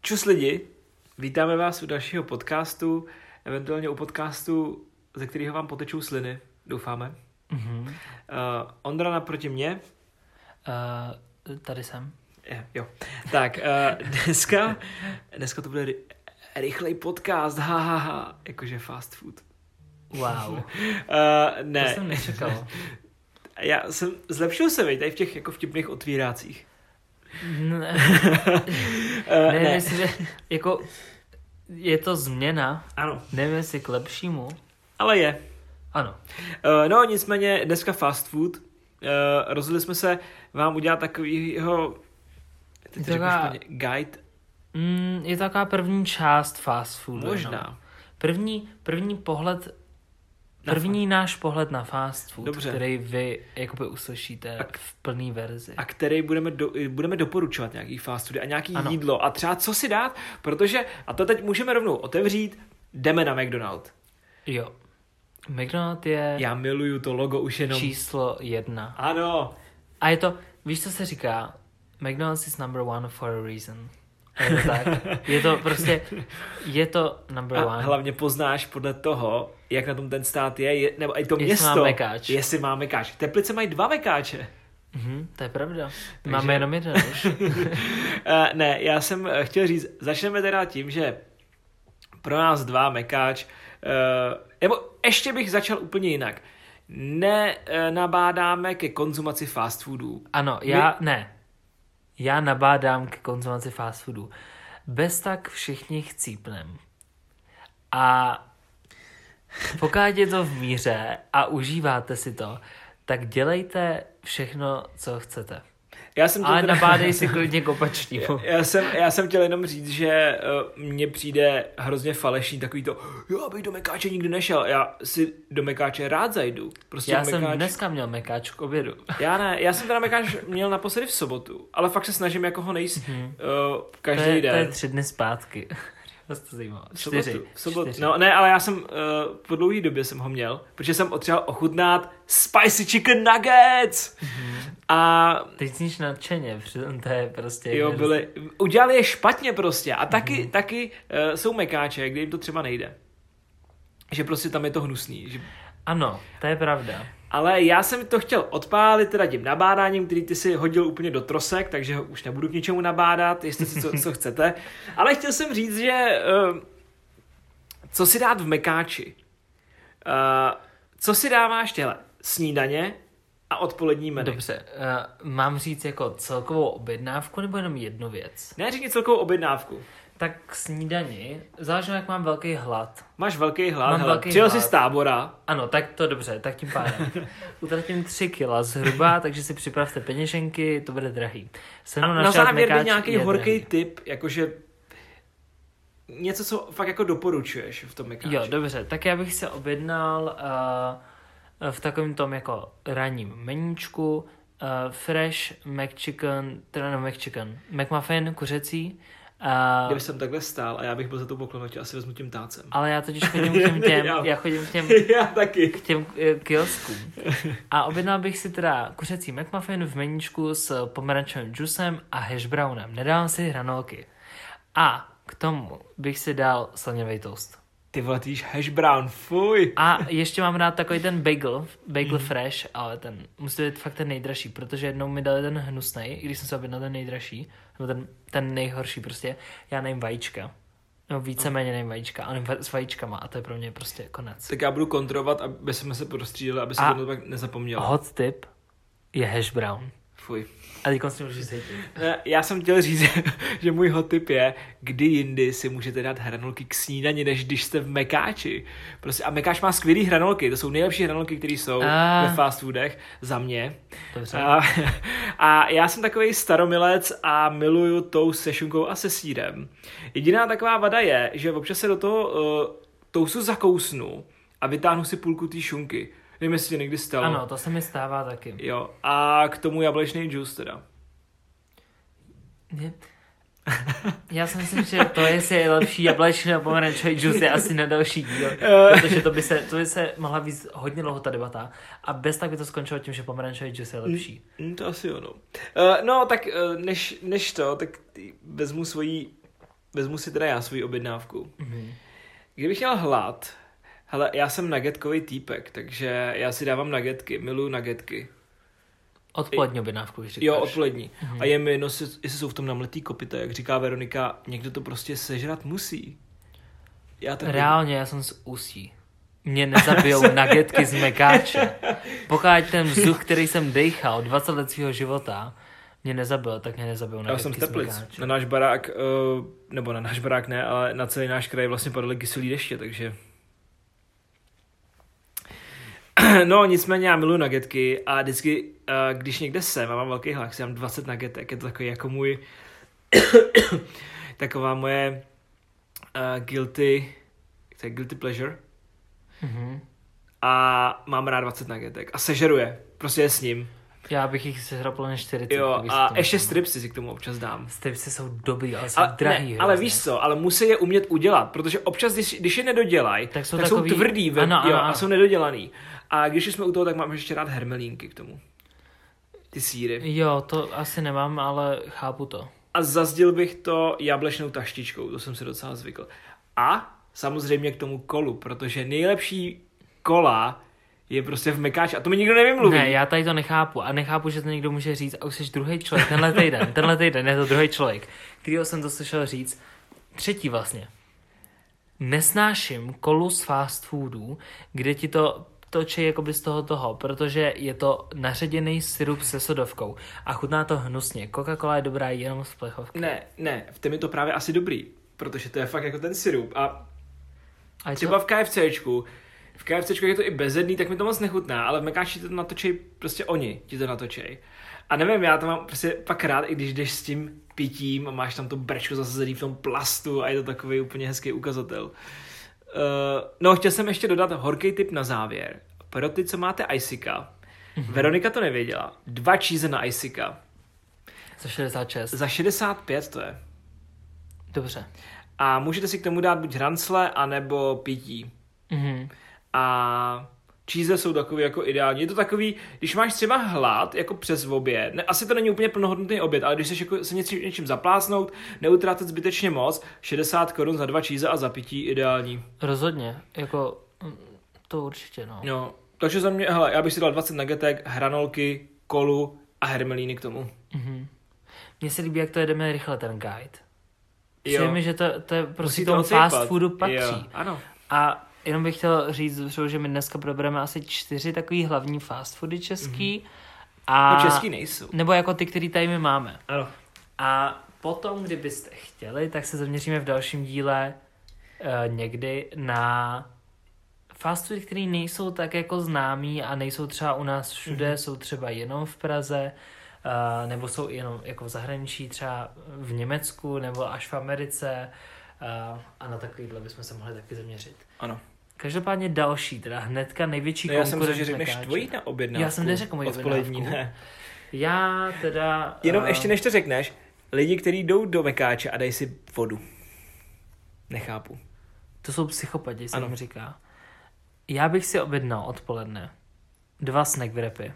Čus lidi, vítáme vás u dalšího podcastu, eventuálně u podcastu, ze kterého vám potečou sliny, doufáme. Mm-hmm. Ondra naproti mě. Tady jsem. Jo. Tak, dneska to bude rychlej podcast, jakože fast food. Wow. Ne. To jsem nečekal. Zlepšil se, tady v těch jako vtipných otvírácích. Ne, myslím, že jako je to změna. Ano. Nevím, jestli k lepšímu. Ale je. Ano. No, nicméně dneska fast food. Rozhodli jsme se vám udělat takovýho guide. Je to taková první část fast foodu. Možná. No. První pohled, náš pohled na fast food, dobře, který vy jakoby uslyšíte v plný verzi. A který budeme doporučovat nějaký fast foody a nějaký jídlo a třeba co si dát, protože, a to teď můžeme rovnou otevřít, jdeme na McDonald. Jo. McDonald je... Já miluju to logo už jenom. Číslo 1. Ano. A je to, víš, co se říká? McDonald's is number one for a reason. Je to tak? Je to number one. A hlavně poznáš podle toho, jak na tom ten stát je nebo i to jestli město. Jestli má mekáč. Teplice mají 2 mekáče. To je pravda. Takže... Máme jenom jeden už. Ne, já jsem chtěl říct, začneme teda tím, že pro nás 2 mekáč, nebo ještě bych začal úplně jinak. Nabádáme ke konzumaci fast foodů. Ano, Já nabádám ke konzumaci fast foodů. Bez tak všichni chcípnem. A pokud je to v míře a užíváte si to, tak dělejte všechno, co chcete. Ale nabádej si klidně k opačnímu. Já jsem chtěl jenom říct, že mně přijde hrozně falešný takový to, já bych do mekáče nikdy nešel, já si do mekáče rád zajdu. Prostě já jsem dneska měl mekáč k obědu. Já jsem teda mekáč měl naposledy v sobotu, ale fakt se snažím jako ho nejít každý den. To je 3 dny zpátky. To zajímavé. 4. No ne, ale já jsem po dlouhé době jsem ho měl, protože jsem potřeboval ochutnat spicy chicken nuggets. A teď jsi nadšeně, to je prostě... Jo, udělali je špatně prostě a taky jsou mekáče, kde jim to třeba nejde. Že prostě tam je to hnusný. Že... Ano, to je pravda. Ale já jsem to chtěl odpálit teda tím nabádáním, který ty si hodil úplně do trosek, takže ho už nebudu k ničemu nabádat, jestli si co chcete. Ale chtěl jsem říct, že co si dát v mekáči? Co si dáváš těhle? Snídaně a odpolední menu. Dobře, mám říct jako celkovou objednávku nebo jenom jednu věc? Ne, řekni celkovou objednávku. Tak k snídani, záleží, jak mám velký hlad. Máš velký hlad, přijel jsi z Tábora. Ano, tak to dobře, tak tím pádem. Utratím 3 kila zhruba, takže si připravte peněženky, to bude drahý. A na závěr by nějaký horký tip, jakože něco, co fakt jako doporučuješ v tom mekáči. Jo, dobře, tak já bych se objednal v takovém tom jako ranním meníčku fresh McMuffin kuřecí. Kdyby jsem takhle stál a já bych byl za tou poklonotí, asi vezmu tím tácem. Ale já totiž chodím k těm já chodím k těm kioskům. A objednal bych si teda kuřecí McMuffin v meníčku s pomerančovým džusem a hash brownem. Nedávám si hranolky. A k tomu bych si dal slaněvý toast. Ty vole, ty jíš hash brown, fuj. A ještě mám rád takový ten bagel fresh, ale ten musí být fakt ten nejdražší, protože jednou mi dali ten hnusnej, i když jsem se objednal ten nejdražší, nebo ten nejhorší prostě, já nejím vajíčka. No víceméně nejím vajíčka, ale s vajíčkama a to je pro mě prostě konec. Tak já budu kontrolovat, aby jsme se prostřídali, aby se to pak nezapomnělo. Hot tip je hash brown. Fuj. A teď si můžeš zjistit. Já jsem chtěl říct, že můj hot tip je, kdy jindy si můžete dát hranolky k snídani, než když jste v mekáči. Prostě, a mekáč má skvělý hranolky, to jsou nejlepší hranolky, které jsou ve fast foodech, za mě. A já jsem takovej staromilec a miluju toast se šunkou a se sýrem. Jediná taková vada je, že občas se do toho toastu zakousnu a vytáhnu si půlku té šunky. Nevím, jestli tě někdy stalo. Ano, to se mi stává taky. Jo, a k tomu jablečný džus teda. Já si myslím, že to, jestli je lepší jablečný a pomerančový džus, je asi na další díl. Protože to by se mohla víc hodně dlouho ta debata. A bez tak by to skončilo tím, že pomerančový džus je lepší. To asi ono. No, tak než to, tak vezmu svoji vezmu si teda já svoji objednávku. Kdybych měl hlad, hele, já jsem nuggetkový týpek, takže já si dávám nuggetky, miluju nuggetky. Odpolední objednávku, když říkáš. Jo, odpolední. A je mi jedno, jestli jsou v tom namletý kopyta, jak říká Veronika, někdo to prostě sežrat musí. Reálně, já jsem z Ústí. Mě nezabijou nuggetky z Mekáče. Pokud ten vzduch, který jsem dejchal 20 let svého života, mě nezabil, tak mě nezabijou nuggetky z Mekáče. Já jsem z Teplic. Na náš barák, nebo na náš barák ne, ale na celý náš kraj vlastně padaly kyselý deště, takže... No, nicméně já miluji nuggetky a vždycky, když někde jsem a mám velký hlad, si dám 20 nuggetek, je to takový jako můj... taková moje guilty pleasure. A mám rád 20 nuggetek a sežeruje, prostě je s ním. Já bych jich sežral plně 40. Jo, a ještě stripsy si k tomu občas dám. Stripsy jsou dobrý, ale jsou drahý. Ne, ale víš co, ale musí je umět udělat, protože občas, když je nedodělají, tak jsou tvrdý ano. A jsou nedodělaný. A když jsme u toho, tak mám ještě rád hermelínky k tomu. Ty sýry. Jo, to asi nemám, ale chápu to. A zazdil bych to jablečnou taštičkou, to jsem si docela zvykl. A samozřejmě k tomu kolu, protože nejlepší kola je prostě v Mekáči a to mi nikdo nevymluví. Ne, já tady to nechápu a nechápu, že to někdo může říct a už jsi druhý člověk, tenhle týden je to druhý člověk, kterýho jsem to slyšel říct, třetí vlastně. Nesnáším kolu z fast foodů, kde ti to točí jakoby z toho, protože je to naředěný syrup se sodovkou a chutná to hnusně. Coca-Cola je dobrá jenom z plechovky. Ne, v tom je to právě asi dobrý, protože to je fakt jako ten syrup a třeba v KFCčku je to i bezedný, tak mi to moc nechutná, ale v Mekáči to natočí prostě oni ti to natočej. A nevím, já to mám prostě pak rád, i když jdeš s tím pitím a máš tam to brečko zasazený v tom plastu a je to takový úplně hezký ukazatel. No, chtěl jsem ještě dodat horký tip na závěr. Pro ty, co máte Icika, Veronika to nevěděla, 2 cheese na Icika. Za 66. Za 65 to je. Dobře. A můžete si k tomu dát buď hrancle, anebo pití. A cheese jsou takový jako ideální. Je to takový, když máš třeba hlad, jako přes oběd, ne, asi to není úplně plnohodnotný oběd, ale když chceš jako se něčím zaplácnout, neutrácet zbytečně moc, 60 Kč za 2 cheese a za pití ideální. Rozhodně, jako to určitě, no. No, takže za mě, hele, já bych si dal 20 nuggetek, hranolky, kolu a hermelíny k tomu. Mně se líbí, jak to jedeme rychle, ten guide. Jo. Mi, že to je prostě tomu fast foodu patří. Jo, ano. A jenom bych chtěl říct, že my dneska probereme asi 4 takový hlavní fast foody český. A no, český nejsou. Nebo jako ty, který tady my máme. Ano. A potom, kdybyste chtěli, tak se zaměříme v dalším díle někdy na fast foody, který nejsou tak jako známý a nejsou třeba u nás všude, jsou třeba jenom v Praze, nebo jsou jenom jako v zahraničí, třeba v Německu nebo až v Americe, a na takovýhle bychom se mohli taky zaměřit. Ano. Každopádně další, teda hnedka největší konkurent. Já jsem myslel, že řekneš tvojí na objednávku. Já jsem neřekl moji odpolední, objednávku. ne. Já teda... Jenom ještě než to řekneš, lidi, kteří jdou do Mekáče a dají si vodu. Nechápu. To jsou psychopati, se jim říká. Já bych si objednal odpoledne 2 snack wrapy.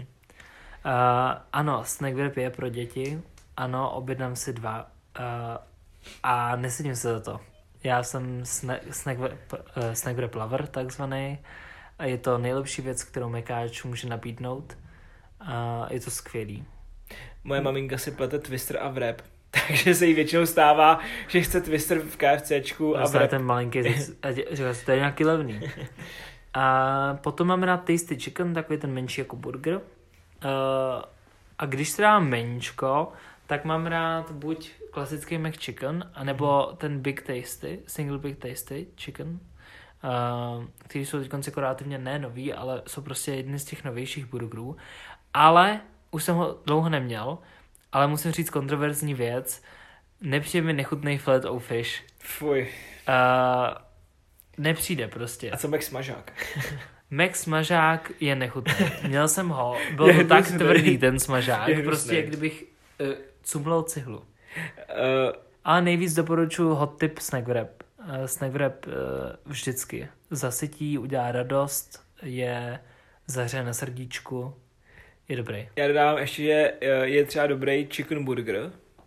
Ano, snack wrapy je pro děti. Ano, objednám si 2. A nesedím se za to. Já jsem snack wrap lover, takzvaný. A je to nejlepší věc, kterou Mekáč může nabídnout. A je to skvělý. Moje maminka si plete twister a wrap. Takže se jí většinou stává, že chce twister v KFCčku a wrap. Ten malinký, a říká se, to je nějaký levný. A potom mám rád tasty chicken, takový ten menší jako burger. A když se dám meníčko, tak mám rád buď klasický McChicken, anebo ten Big Tasty, Single Big Tasty Chicken, který jsou teď konsekurativně ne nový, ale jsou prostě jedny z těch novějších burgerů. Ale už jsem ho dlouho neměl, ale musím říct kontroverzní věc. Nepřijde mi nechutnej filet o fish. Fuj. Nepřijde prostě. A co Mac Smažák? Mac Smažák je nechutný. Měl jsem ho, byl to tak tvrdý ten smažák, prostě jak kdybych cumlal cihlu. Ale nejvíc doporučuji hot tip snack wrap. Snack wrap vždycky zasytí, udělá radost, je zahřeje na srdíčku, je dobrý. Já dodávám ještě, že je třeba dobrý chicken burger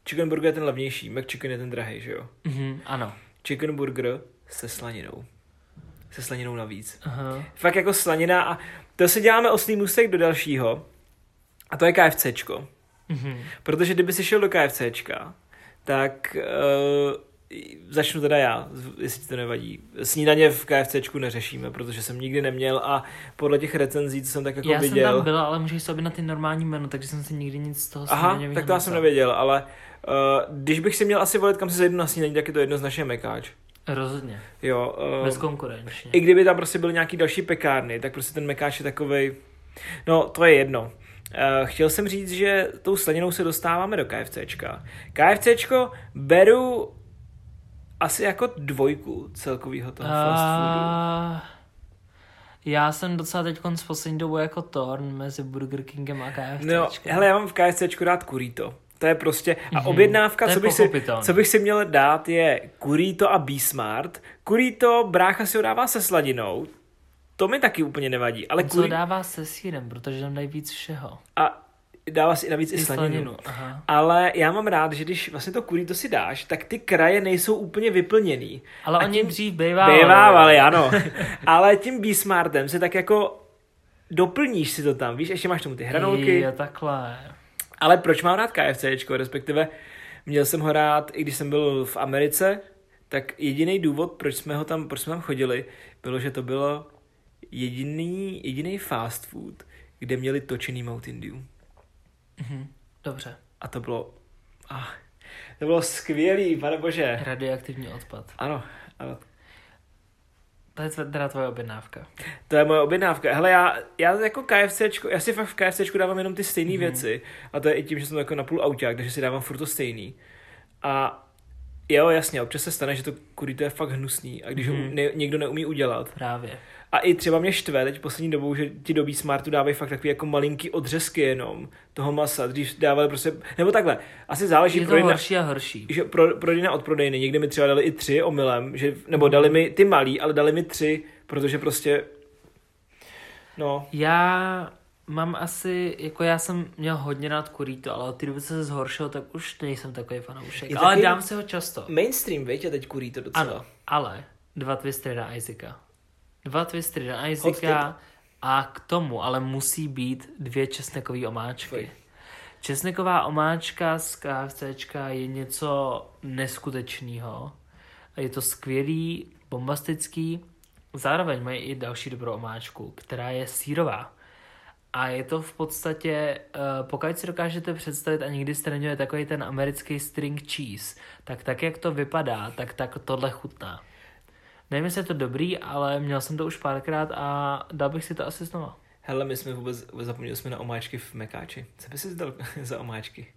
Chicken burger je ten levnější, McChicken je ten drahý, že jo? Ano. Chicken burger se slaninou. Se slaninou navíc. Aha. Fakt jako slanina a to si děláme oslý můstek do dalšího a to je KFCčko. Protože kdyby si šel do KFCčka, tak začnu teda já, jestli ti to nevadí. Snídaně v KFCčku neřešíme, protože jsem nikdy neměl a podle těch recenzí, co jsem tak jako viděl... Já jsem tam byla, ale můžeš si objednat ty normální menu, takže jsem si nikdy nic z toho snídaně tak to já jsem nevěděl, ale když bych si měl asi volit, kam si zajdu na snídaní, tak je to jednoznačně Mekáč. Rozhodně. Jo. Bezkonkurenčně. I kdyby tam prostě byly nějaký další pekárny, tak prostě ten Mekáč je takovej... No, to je jedno. Chtěl jsem říct, že tou slaninou se dostáváme do KFCčka. KFCčko beru asi jako 2 celkovýho toho fast foodu. Já jsem docela teďkon s poslední dobou jako torn mezi Burger Kingem a KFCčkem. No, hele, já mám v KFCčku dát kurito. To je prostě, a objednávka, co bych si měl dát, je kurito a B-Smart. Kurito, brácha si ho dává se sladinou, to mi taky úplně nevadí. Ale co dává se sýrem, protože tam dají víc všeho. A dává si navíc i slaninu. Ale já mám rád, že když vlastně to kurito si dáš, tak ty kraje nejsou úplně vyplněný. Ale oni dřív bejvávali. Bejvávali, ano. Ale tím B-Smartem se tak jako doplníš si to tam, víš, ještě máš tomu ty hranolky. Jo, takhle. Ale proč mám rád KFCčko, respektive měl jsem ho rád, i když jsem byl v Americe, tak jediný důvod, proč jsme tam chodili, bylo, že to bylo jediný fast food, kde měli točený Mountain Dew. Dobře. A to bylo skvělý, pane bože. Radioaktivní odpad. Ano. To je teda tvoje objednávka. To je moje objednávka. Hele, já jako KFCčko, já si fakt v KFCčku dávám jenom ty stejné věci. A to je i tím, že jsem jako napůl auťák, takže si dávám furt to stejný. A jo, jasně, občas se stane, že to kurito je fakt hnusný. A když ho někdo neumí udělat. Právě. A i třeba mě štve teď poslední dobou, že ti do B-Smartu dávají fakt takový jako malinký odřezky jenom toho masa. Dřív dávali prostě, nebo takhle, asi záleží. Je to horší a horší. Že prodejna od prodejny, někde mi třeba dali i 3 omylem, že, nebo dali mi ty malý, ale dali mi 3, protože prostě, no. Já mám asi, jako já jsem měl hodně rád kurito, ale od té doby se zhoršilo, tak už nejsem takový fanoušek. Ale dám si ho často. Mainstream, víš, a teď kurito docela. Ano, ale 2 twistry na Isaaca. 2 twistry na Isaaca a k tomu ale musí být 2 česnekové omáčky. Česneková omáčka z KFCčka je něco neskutečného. Je to skvělý, bombastický. Zároveň mají i další dobrou omáčku, která je sýrová. A je to v podstatě, pokud si dokážete představit a nikdy jste neměli takový ten americký string cheese, tak jak to vypadá, tak tohle chutná. Nevím, jestli je to dobrý, ale měl jsem to už párkrát a dal bych si to asi znova. Hele, my jsme vůbec zapomněli jsme na omáčky v Mekáči. Co by si dal za omáčky?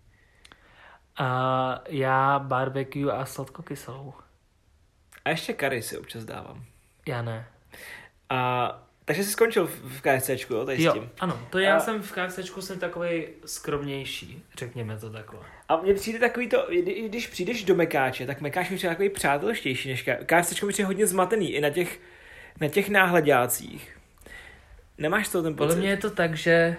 Já barbecue a sladkokyselou. A ještě curry si občas dávám. Já ne. Takže jsi skončil v KFCčku, jo? Tady jo, s tím. Ano, to já jsem v KFCčku jsem takovej skromnější, řekněme to takhle. A mně přijde takový to, když přijdeš do Mekáče, tak Mekáč mi přijde takový přátelštější než KFCčko mi přijde hodně zmatený i na těch náhledácích. Nemáš to ten pocit? Podle mě je to tak, že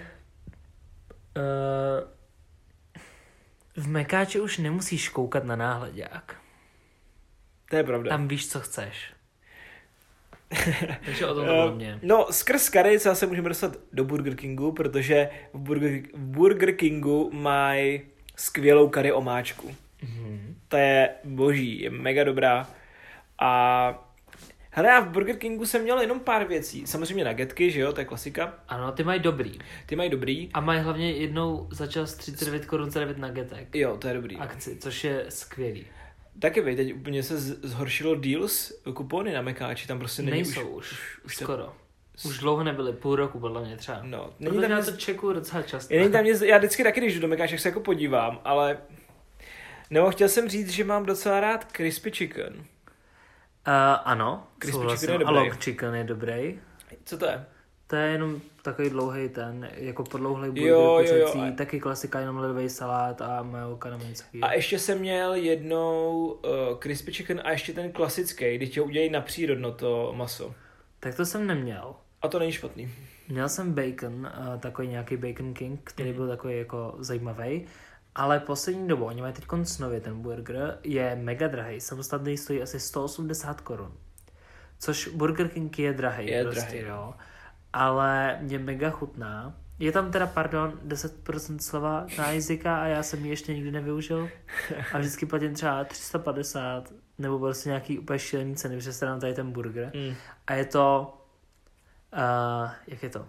v Mekáči už nemusíš koukat na náhledák. To je pravda. Tam víš, co chceš. Takže o tom podle mě. No, skrz curry se zase můžeme dostat do Burger Kingu, protože v Burger Kingu mají skvělou curry omáčku. To je boží, je mega dobrá. A hele, já v Burger Kingu jsem měl jenom pár věcí. Samozřejmě nuggetky, že jo, to je klasika. Ano, ty mají dobrý. A mají hlavně jednou za čas 39 korun za 9 nuggetek. Jo, to je dobrý. Akci, což je skvělý. Taky vej, teď úplně se zhoršilo deals, kupony na Mekáči, tam prostě není. Nejsou už skoro. Už dlouho nebyly, půl roku podle mě třeba. No, není tam to čekuju docela často. Já vždycky taky, když jdu do Mekáče, se jako podívám, ale nebo chtěl jsem říct, že mám docela rád crispy chicken. Ano, crispy chicken je dobrý. A log chicken je dobrý. Co to je? To je jenom takový dlouhý jako podlouhlej burger kořecí, taky klasika, jenom ledový salát a majolka na minceví. A ještě jsem měl jednou crispy chicken a ještě ten klasický, když tě udělají na přírodno to maso. Tak to jsem neměl. A to není špatný. Měl jsem bacon, takový nějaký Bacon King, který byl takový jako zajímavý. Ale poslední dobou, oni mají teď nově ten burger, je mega drahý, samostatný stojí asi 180 korun. Což Burger King je drahý, jo. Ale mě mega chutná. Je tam teda, 10% sleva na jazyka a já jsem ji ještě nikdy nevyužil. A vždycky platím třeba 350 nebo prostě nějaký úplně šílený ceny, protože se dám tady ten burger. A je to, jak je to?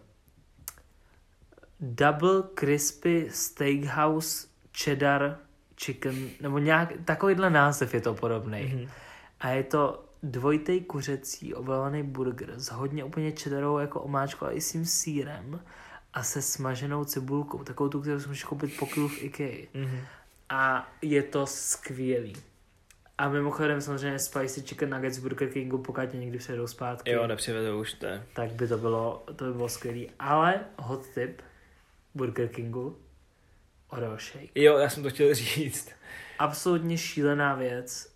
Double Crispy Steakhouse Cheddar Chicken, nebo nějak, takovýhle název je to podobný. A je to dvojitý kuřecí obalený burger s hodně úplně cheddarovou jako omáčkou a i s tím sýrem a se smaženou cibulkou, takovou tu, kterou si můžeš koupit po kilu v IKEA. A je to skvělý. A mimochodem samozřejmě spicy chicken nuggets v Burger Kingu, pokud tě někdy přijedou zpátky. Jo, nepřivedou už to. Tak by to by bylo skvělý. Ale hot tip Burger Kingu, Oreo shake. Jo, já jsem to chtěl říct. Absolutně šílená věc.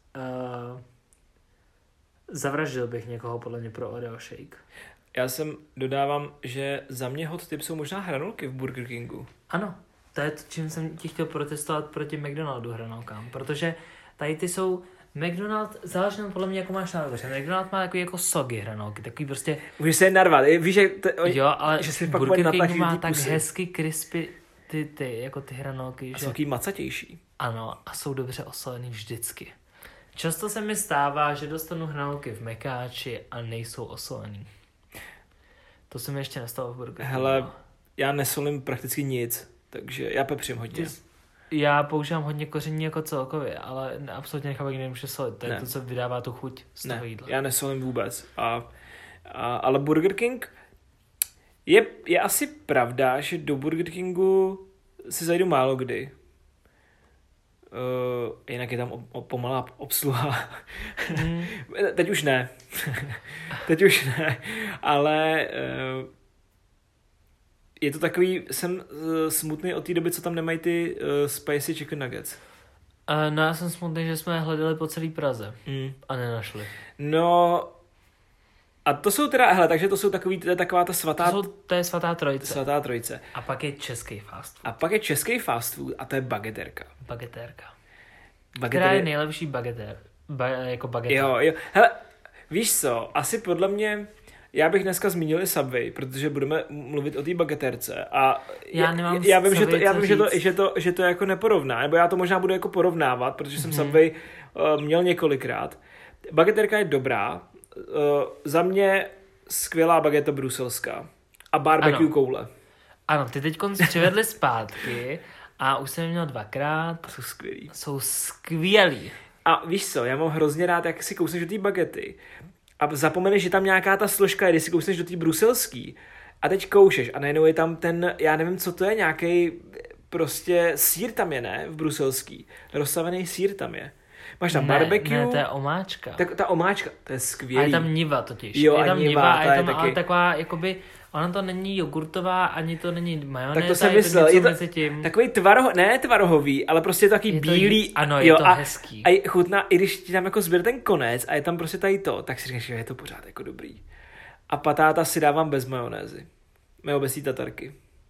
Zavraždil bych někoho podle mě pro Oreo shake. Já dodávám, že za mě hot tip jsou možná hranolky v Burger Kingu. Ano, to je to, čím jsem ti chtěl protestovat proti McDonaldu hranolkám, protože tady ty jsou McDonald, záleží podle mě, jako máš náladu, protože McDonald má takový jako soggy hranolky, takový prostě... Můžeš se je narvat, víš, že... Jo, ale že si Burger King má tak hezky crispy ty hranolky, že... A jsou takový macatější. Ano, a jsou dobře osolený vždycky. Často se mi stává, že dostanu hranolky v Mekáči a nejsou osolený. To se mi ještě nestalo v Burger Kingu. Hele, já nesolím prakticky nic, takže já pepřím hodně. Já používám hodně koření jako celkově, ale absolutně nechápu, jak nemůže solit. To je to, co vydává tu chuť z toho jídla. Já nesolím vůbec. Ale Burger King je asi pravda, že do Burger Kingu si zajdu málo kdy. Jinak je tam pomalá obsluha. Teď už ne. Ale je to takový, jsem smutný od té doby, co tam nemají ty spicy chicken nuggets. No já jsem smutný, že jsme hledali po celé Praze a nenašli. No a to jsou teda, hele, takže to jsou takový, to je taková ta svatá... To je svatá trojice. Svatá trojice. A pak je český fast food. A to je bagetérka. Která je nejlepší jako bageta. Jo. Hele, víš co, asi podle mě, já bych dneska zmínil i Subway, protože budeme mluvit o té bagetérce a já vím, že to jako neporovná, nebo já to možná budu jako porovnávat, protože jsem Subway měl několikrát. Bagetérka je dobrá, za mě skvělá bageta bruselská a barbecue koule. Ano, ty teď přivedli zpátky a už jsem je měl 2krát. A jsou skvělý. A víš co, já mám hrozně rád, jak si kousneš do té bagety a zapomeneš, že tam nějaká ta složka je, když si kousneš do té bruselský a teď koušeš a najednou je tam ten, já nevím, co to je, nějaký prostě sýr tam je, ne? V bruselský. Rozsavený sýr tam je. Máš tam barbecue. Ne, to je omáčka. Tak ta omáčka, to je skvělý. A je tam niva totiž. Jo, je tam niva a je tam taky... ale taková, jakoby, ona to není jogurtová, ani to není majonéza. Tak to jsem myslel, je to takový tvarohový, ale prostě takový bílý. Ano, je to hezký. A chutná, i když ti tam jako zbyl ten konec a je tam prostě tady to, tak si říkáš, že je to pořád jako dobrý. A patáta si dávám bez majonézy. Mého bez té tatarky.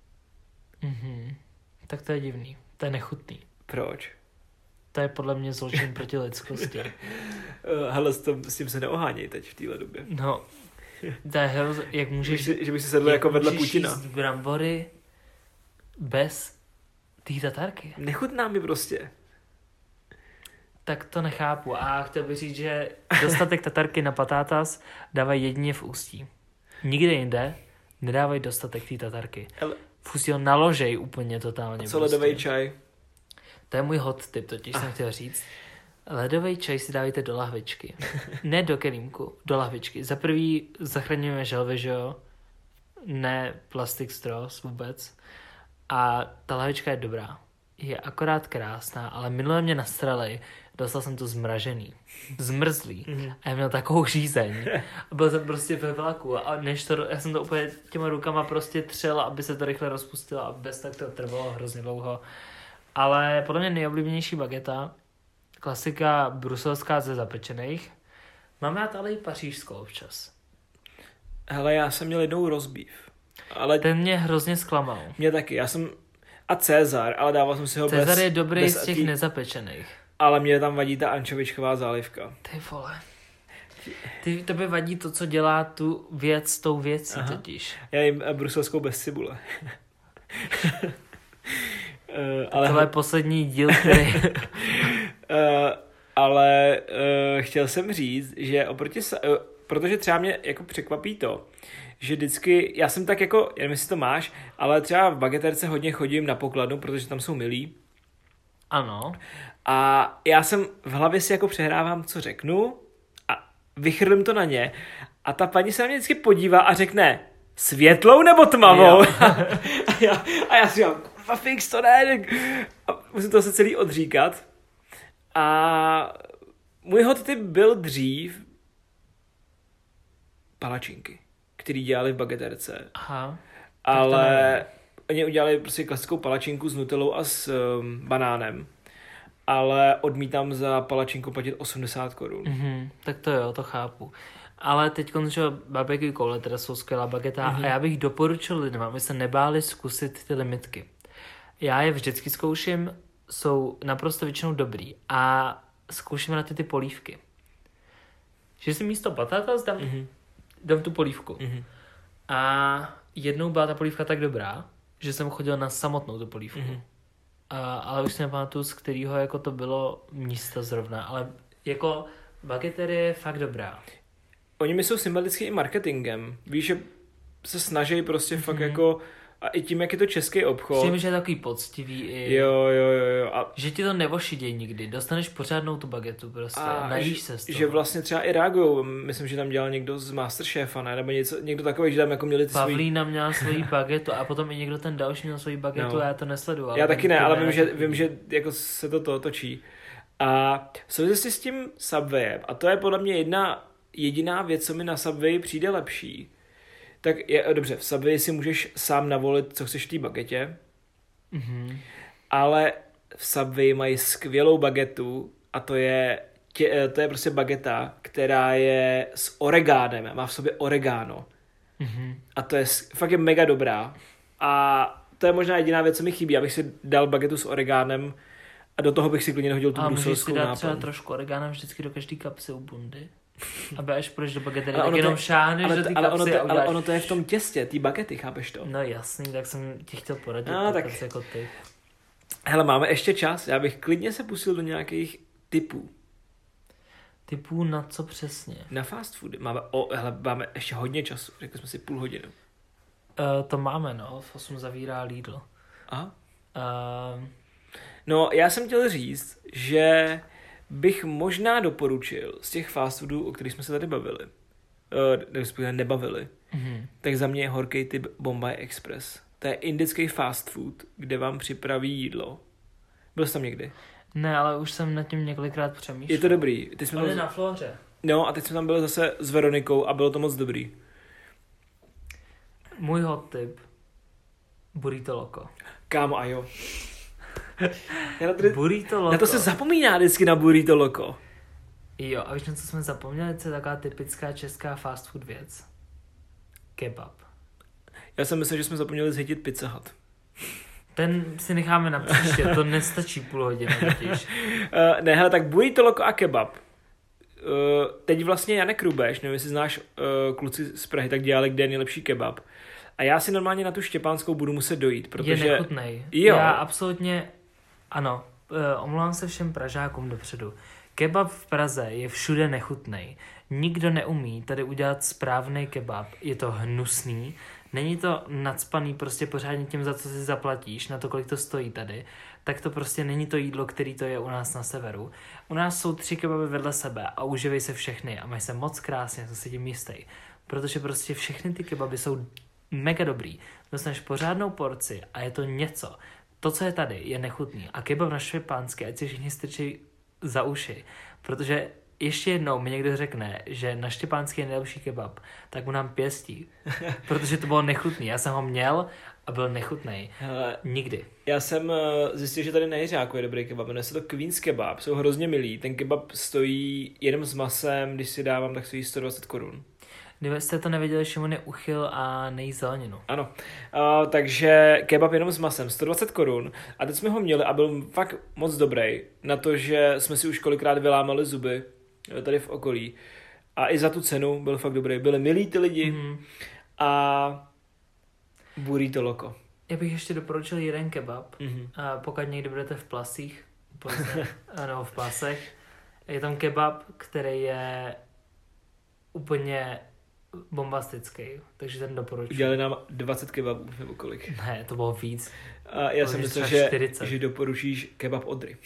Tak to je divný. To je nechutný. Proč? To je podle mě zločin proti lidskosti. Hele, s tím se neoháněj teď v téhle době. No, to je jak můžeš... Že bych si sedl jako vedle Putina. Můžeš jíst brambory bez té tatarky. Nechutná mi prostě. Tak to nechápu. A chtěl bych říct, že dostatek tatarky na patátas dávají jedině v Ústí. Nikde jinde nedávají dostatek té tatarky. V Ústí ho naložej úplně totálně. Co ledový čaj? To je můj hot tip, totiž jsem chtěl říct. Ledový čaj si dávajte do lahvičky. Ne do kelímku, do lahvičky. Za prvý zachraňujeme želvy, že jo? Ne plastic straws vůbec. A ta lahvička je dobrá. Je akorát krásná, ale minule mě nastrali. Dostal jsem to zmrzlý. A já měl takovou žízeň. A byl jsem prostě ve vlaku. A já jsem to úplně těma rukama prostě třel, aby se to rychle rozpustilo. A bez tak to trvalo hrozně dlouho. Ale podle mě nejoblíbenější bageta, klasika bruselská ze zapečených. Mám rád ale i pařížskou občas. Hele, já jsem měl jednou roast beef. Ale ten mě hrozně zklamal. Mě taky, A Cezar, ale dával jsem si ho Cezar je dobrý z těch nezapečených. Ale mě tam vadí ta ančovičková zálivka. Ty vole. Tobě vadí to, co dělá tu věc s tou věcí totiž. Já jim bruselskou bez cibule. Tohle je poslední díl, který... ale chtěl jsem říct, že protože třeba mě jako překvapí to, že vždycky, já jsem tak jako, nevím, jestli to máš, ale třeba v bageterce hodně chodím na pokladnu, protože tam jsou milí. Ano. A já jsem v hlavě si jako přehrávám, co řeknu a vychrlím to na ně a ta paní se na mě vždycky podívá a řekne světlou nebo tmavou? a já si říkám, kurva fix to ne, a musím to se celý odříkat. A můj hot tip byl dřív palačinky, který dělali v bageterce. Aha. Ale oni udělali prostě klasickou palačinku s nutellou a s banánem. Ale odmítám za palačinku platit 80 korun. Tak to jo, to chápu. Ale teď končilo barbecue koule, teda jsou skvělá bageta a já bych doporučil lidem, aby se nebáli zkusit ty limitky. Já je vždycky zkouším, jsou naprosto většinou dobrý a zkouším na ty polívky. Že si místo batata dám tu polívku. A jednou byla ta polívka tak dobrá, že jsem chodil na samotnou tu polívku. Ale už si nepamatuju, z kterého jako to bylo místo zrovna, ale jako bageterie je fakt dobrá. Oni mi jsou symbolický i marketingem. Víš, že se snaží prostě fakt jako, a i tím, jak je to český obchod. Přijím, že je takový poctivý i... Jo. A... Že ti to nevošiděj nikdy, dostaneš pořádnou tu bagetu prostě, najíš se z toho. Že vlastně třeba i reagujou, myslím, že tam dělal někdo z Masterchefa, ne? Nebo někdo takový, že tam jako měli ty Pavlína měla svoji bagetu a potom i někdo ten další měl svoji bagetu a já to nesleduju. Já taky ne, ale vím, že jako se to točí. A v souvislosti s tím Subwayem, a to je podle mě jediná věc, co mi na Subway přijde lepší, tak je, dobře, v Subway si můžeš sám navolit, co chceš v té bagetě, ale v Subway mají skvělou bagetu a to je prostě bageta, která je s oregánem, má v sobě oregano. A to je fakt je mega dobrá. A to je možná jediná věc, co mi chybí, abych si dal bagetu s oregánem a do toho bych si klidně hodil tu bruselskou náplň. A můžeš si dát třeba trošku oregana vždycky do každý kapsy u bundy. Aby až půjdeš do bagetery, tak jenom šáhneš do ty kapsy a uděláš... Ale ono to je v tom těstě, ty bagety, chápeš to? No jasný, tak jsem ti chtěl poradit. Tak jako ty. Hele, máme ještě čas, já bych klidně se pustil do nějakých tipů. Tipů na co přesně? Na fast foody. Máme ještě hodně času, řekli jsme si půl hodinu. To máme, no, v 8 zavírá Lidl. Aha. No, já jsem chtěl říct, že bych možná doporučil z těch fast foodů, o kterých jsme se tady bavili, nebavili, tak za mě je horký typ Bombay Express. To je indický fast food, kde vám připraví jídlo. Byl jsi tam někdy? Ne, ale už jsem nad tím několikrát přemýšlel. Je to dobrý. Ale na Floře. No a teď jsme tam byli zase s Veronikou a bylo to moc dobrý. Můj hot tip. Burrito Loco. Kámo, a jo. Burrito Loco. Na to se zapomíná vždycky na Burrito Loco. Jo, a víš, na co jsme zapomněli? Co je taková typická česká fast food věc? Kebab. Já jsem myslel, že jsme zapomněli zhytit Pizza Hut. Ten si necháme na příště, to nestačí půl hodiny totiž. Ne, hele, tak Burrito Loco a kebab. Teď vlastně Janek Rubeš, nevím, jestli znáš kluci z Prahy, tak dělali, kde je nejlepší kebab. A já si normálně na tu štěpánskou budu muset dojít, protože... Je nechutnej. Jo. Já absolutně, ano, omlouvám se všem Pražákům dopředu. Kebab v Praze je všude nechutnej. Nikdo neumí tady udělat správný kebab. Je to hnusný. Není to nacpaný prostě pořádně tím, za co si zaplatíš, na to, kolik to stojí tady. Tak to prostě není to jídlo, který to je u nás na severu. U nás jsou 3 kebaby vedle sebe a uživej se všechny a mají se moc krásně, to si tím jistý. Protože prostě všechny ty kebaby jsou mega dobrý. Dostaneš pořádnou porci a je to něco. To, co je tady, je nechutný. A kebab na štěpánské, ať si všichni strčí za uši. Protože ještě jednou mi někdo řekne, že na štěpánský je nejlepší kebab, tak mu nám pěstí. Protože to bylo nechutný. Já jsem ho měl a byl nechutný. Nikdy. Já jsem zjistil, že tady na Jiřáku je dobrý kebab. Jmenuje se to Queen's Kebab. Jsou hrozně milí. Ten kebab stojí jenom s masem, když si dávám, tak stojí 120 korun. Kdybyste to nevěděli, Šimon je uchyl a nejí zeleninu. Ano, takže kebab jenom s masem, 120 korun. A teď jsme ho měli a byl fakt moc dobrý. Na to, že jsme si už kolikrát vylámali zuby tady v okolí. A i za tu cenu byl fakt dobrý. Byli milí ty lidi a burrito loco. Já bych ještě doporučil jeden kebab. A pokud někdy budete v Plasích, nebo v Plasech, je tam kebab, který je úplně bombastický, takže ten doporučuji. Udělali nám 20 kebabů, nebo kolik? Ne, to bylo víc. A já jsem myslel, že doporučíš kebab Odry.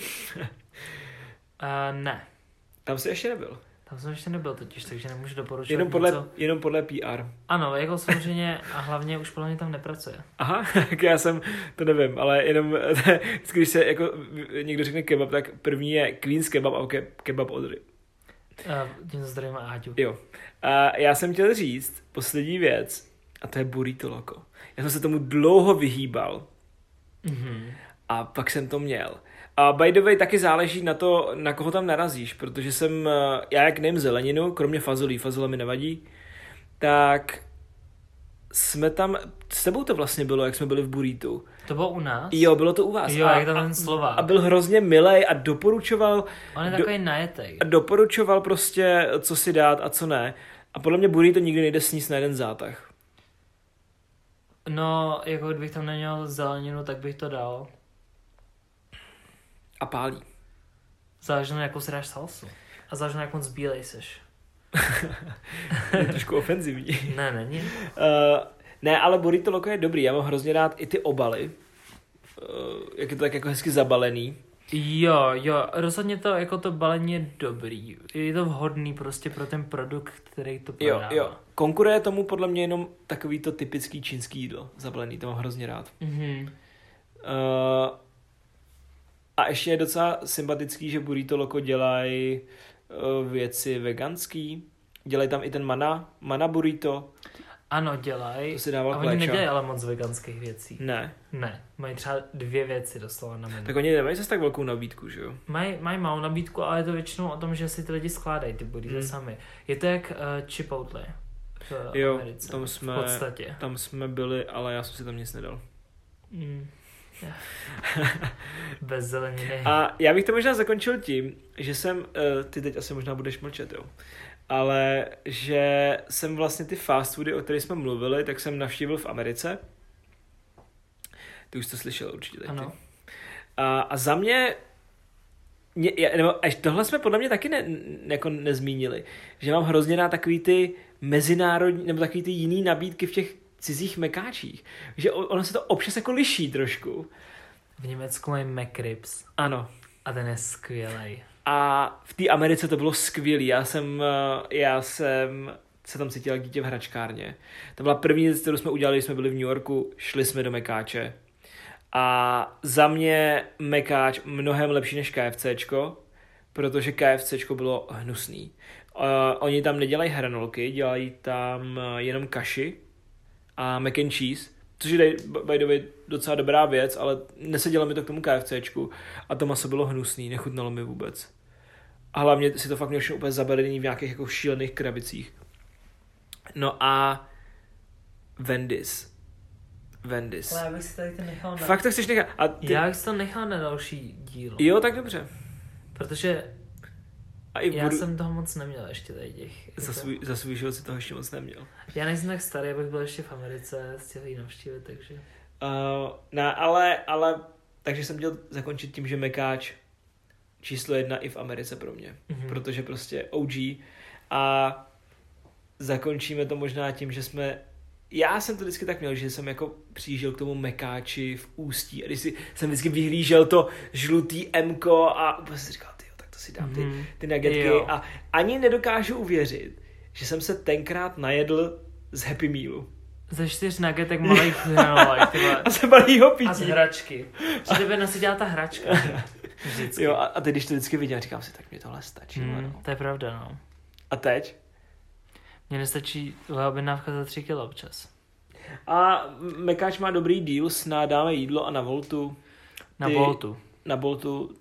Ne. Tam jsi ještě nebyl. Tam jsem ještě nebyl totiž, takže nemůžu doporučit jenom podle PR. Ano, jako samozřejmě a hlavně už podle mě tam nepracuje. Aha, tak já jsem, to nevím, ale jenom, když se jako někdo řekne kebab, tak první je Queen's kebab a kebab Odry. Tím zdravím Áďu. Jo. A já jsem chtěl říct poslední věc, a to je burrito loco. Já jsem se tomu dlouho vyhýbal. A pak jsem to měl. A by the way, taky záleží na to, na koho tam narazíš, protože já jak nejím zeleninu, kromě fazole mi nevadí, tak jsme tam, s tebou to vlastně bylo, jak jsme byli v burritu. To bylo u nás? Jo, bylo to u vás. Jo, jak tam ten Slovák. A byl hrozně milej a doporučoval. On je takový najetej. A doporučoval prostě, co si dát a co ne. A podle mě burrito nikdy nejde sníst na jeden zátah. No, jako kdybych tam neměl zeleninu, tak bych to dal. A pálí. Záleží na jakou si dáš salsu. A záleží na jak moc bílej seš. Je trošku ofenzivní. Ne, není. Ne, ale burrito loco je dobrý. Já mám hrozně rád i ty obaly. Jak je to tak jako hezky zabalený. Jo, rozhodně to, jako to balení je dobrý. Je to vhodný prostě pro ten produkt, který to prodává. Jo. Konkuruje tomu podle mě jenom takový to typický čínský jídlo. Zabalený, to mám hrozně rád. A ještě je docela sympatický, že burrito loco dělají věci veganský. Dělají tam i ten mana burrito. Ano, dělají. To si dával a Kleča. oni nedělají ale moc veganských věcí. Ne, mají třeba 2 věci doslova na menu. Tak oni nemají zase tak velkou nabídku, že jo? Mají malou nabídku, ale je to většinou o tom, že si ty lidi skládají ty burrito sami. Je to jak Chipotle v Americe. V podstatě. Tam jsme byli, ale já jsem si tam nic nedal. Bez zeleniny. A já bych to možná zakončil tím, že jsem, ty teď asi možná budeš mlčet, jo, ale že jsem vlastně ty fast foody, o kterých jsme mluvili, tak jsem navštívil v Americe. Ty už to slyšel určitě teď. Ano. A za mě, tohle jsme podle mě taky jako nezmínili, že mám hrozně rád takový ty mezinárodní, nebo takový ty jiný nabídky v těch cizích mekáčích. Že ono se to občas jako liší trošku. V Německu mají McRibs. Ano. A ten je skvělej. A v té Americe to bylo skvělý. Já jsem se tam cítil jak dítě v hračkárně. To byla první věc, kterou jsme udělali, když jsme byli v New Yorku, šli jsme do mekáče. A za mě mekáč mnohem lepší než KFCčko, protože KFCčko bylo hnusný. Oni tam nedělají hranolky, dělají tam jenom kaši a mac and cheese, což je by the way docela dobrá věc, ale nesedělo mi to k tomu KFCčku a to maso bylo hnusný, nechutnalo mi vůbec. A hlavně si to fakt měl úplně zabalený v nějakých jako šílených krabicích. No a Wendy's. Ale já bych si tady to nechal na... Fakt to chceš nechat? Já bych si to nechal na další díl. Jo, tak dobře. Protože já jsem toho moc neměl ještě tady těch. Za svůj život si toho ještě moc neměl. Já nejsem tak starý, abych byl ještě v Americe, chtěl jí navštívit, takže... Ne, ale takže jsem chtěl zakončit tím, že mekáč číslo 1 i v Americe pro mě. Protože prostě OG. A zakončíme to možná tím, že já jsem to vždycky tak měl, že jsem jako přijížděl k tomu mekáči v Ústí a když jsem vždycky vyhlížel to žlutý M-ko a úplně jsem si říkal, tak to si dám ty nuggetky a ani nedokážu uvěřit, že jsem se tenkrát najedl z Happy Mealu. Ze 4 nuggetek malých hranolek, a z malýho pití. A z hračky. Že tebe nosi ta hračka. Vždycky. Jo, a teď, když to vždycky viděl, říkám si, tak mě tohle stačí. To je pravda, no. A teď? Mně nestačí objednávka za 3 kilo občas. A mekáč má dobrý deal s Dáme jídlo a na Voltu. Na Boltu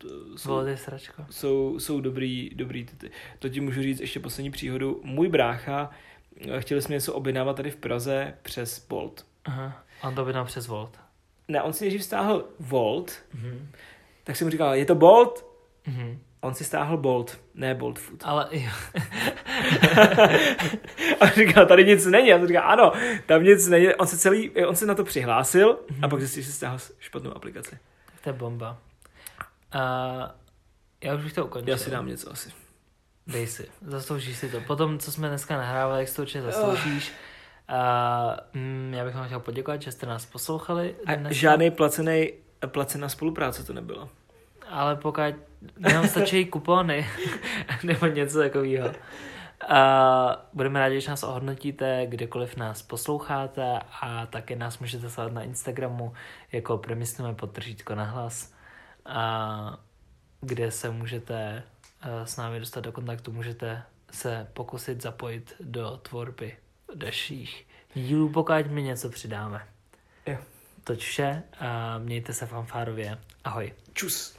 jsou dobrý. To ti můžu říct ještě poslední příhodu. Můj brácha chtěli jsme něco objednávat tady v Praze přes Bolt. Aha. On to objednal přes Volt. Ne, on si nejdřív stáhl Volt, tak jsem mu říkal, je to Bolt? On si stáhl Bolt, ne Bolt Food. Ale jo. A on říkal, tady nic není. A on říkal, ano, tam nic není. On se na to přihlásil a pak zjistil, že si stáhl špatnou aplikaci. To je bomba. Já už bych to ukončil. Já si dám něco asi. Dej si, zasloužíš si to. Potom, co jsme dneska nahrávali, jak si to určitě zasloužíš. Já bych vám chtěl poděkovat, že jste nás poslouchali. A žádný placená spolupráce to nebyla. Ale pokud nám stačí kupony nebo něco takového. Budeme rádi, že nás ohodnotíte, kdekoliv nás posloucháte a také nás můžete sledovat na Instagramu jako Premyslíme_nahlas, kde se můžete s námi dostat do kontaktu, můžete se pokusit zapojit do tvorby dalších dílů, pokud mi něco přidáme. Jo. Toť vše a mějte se fanfárově. Ahoj. Čus.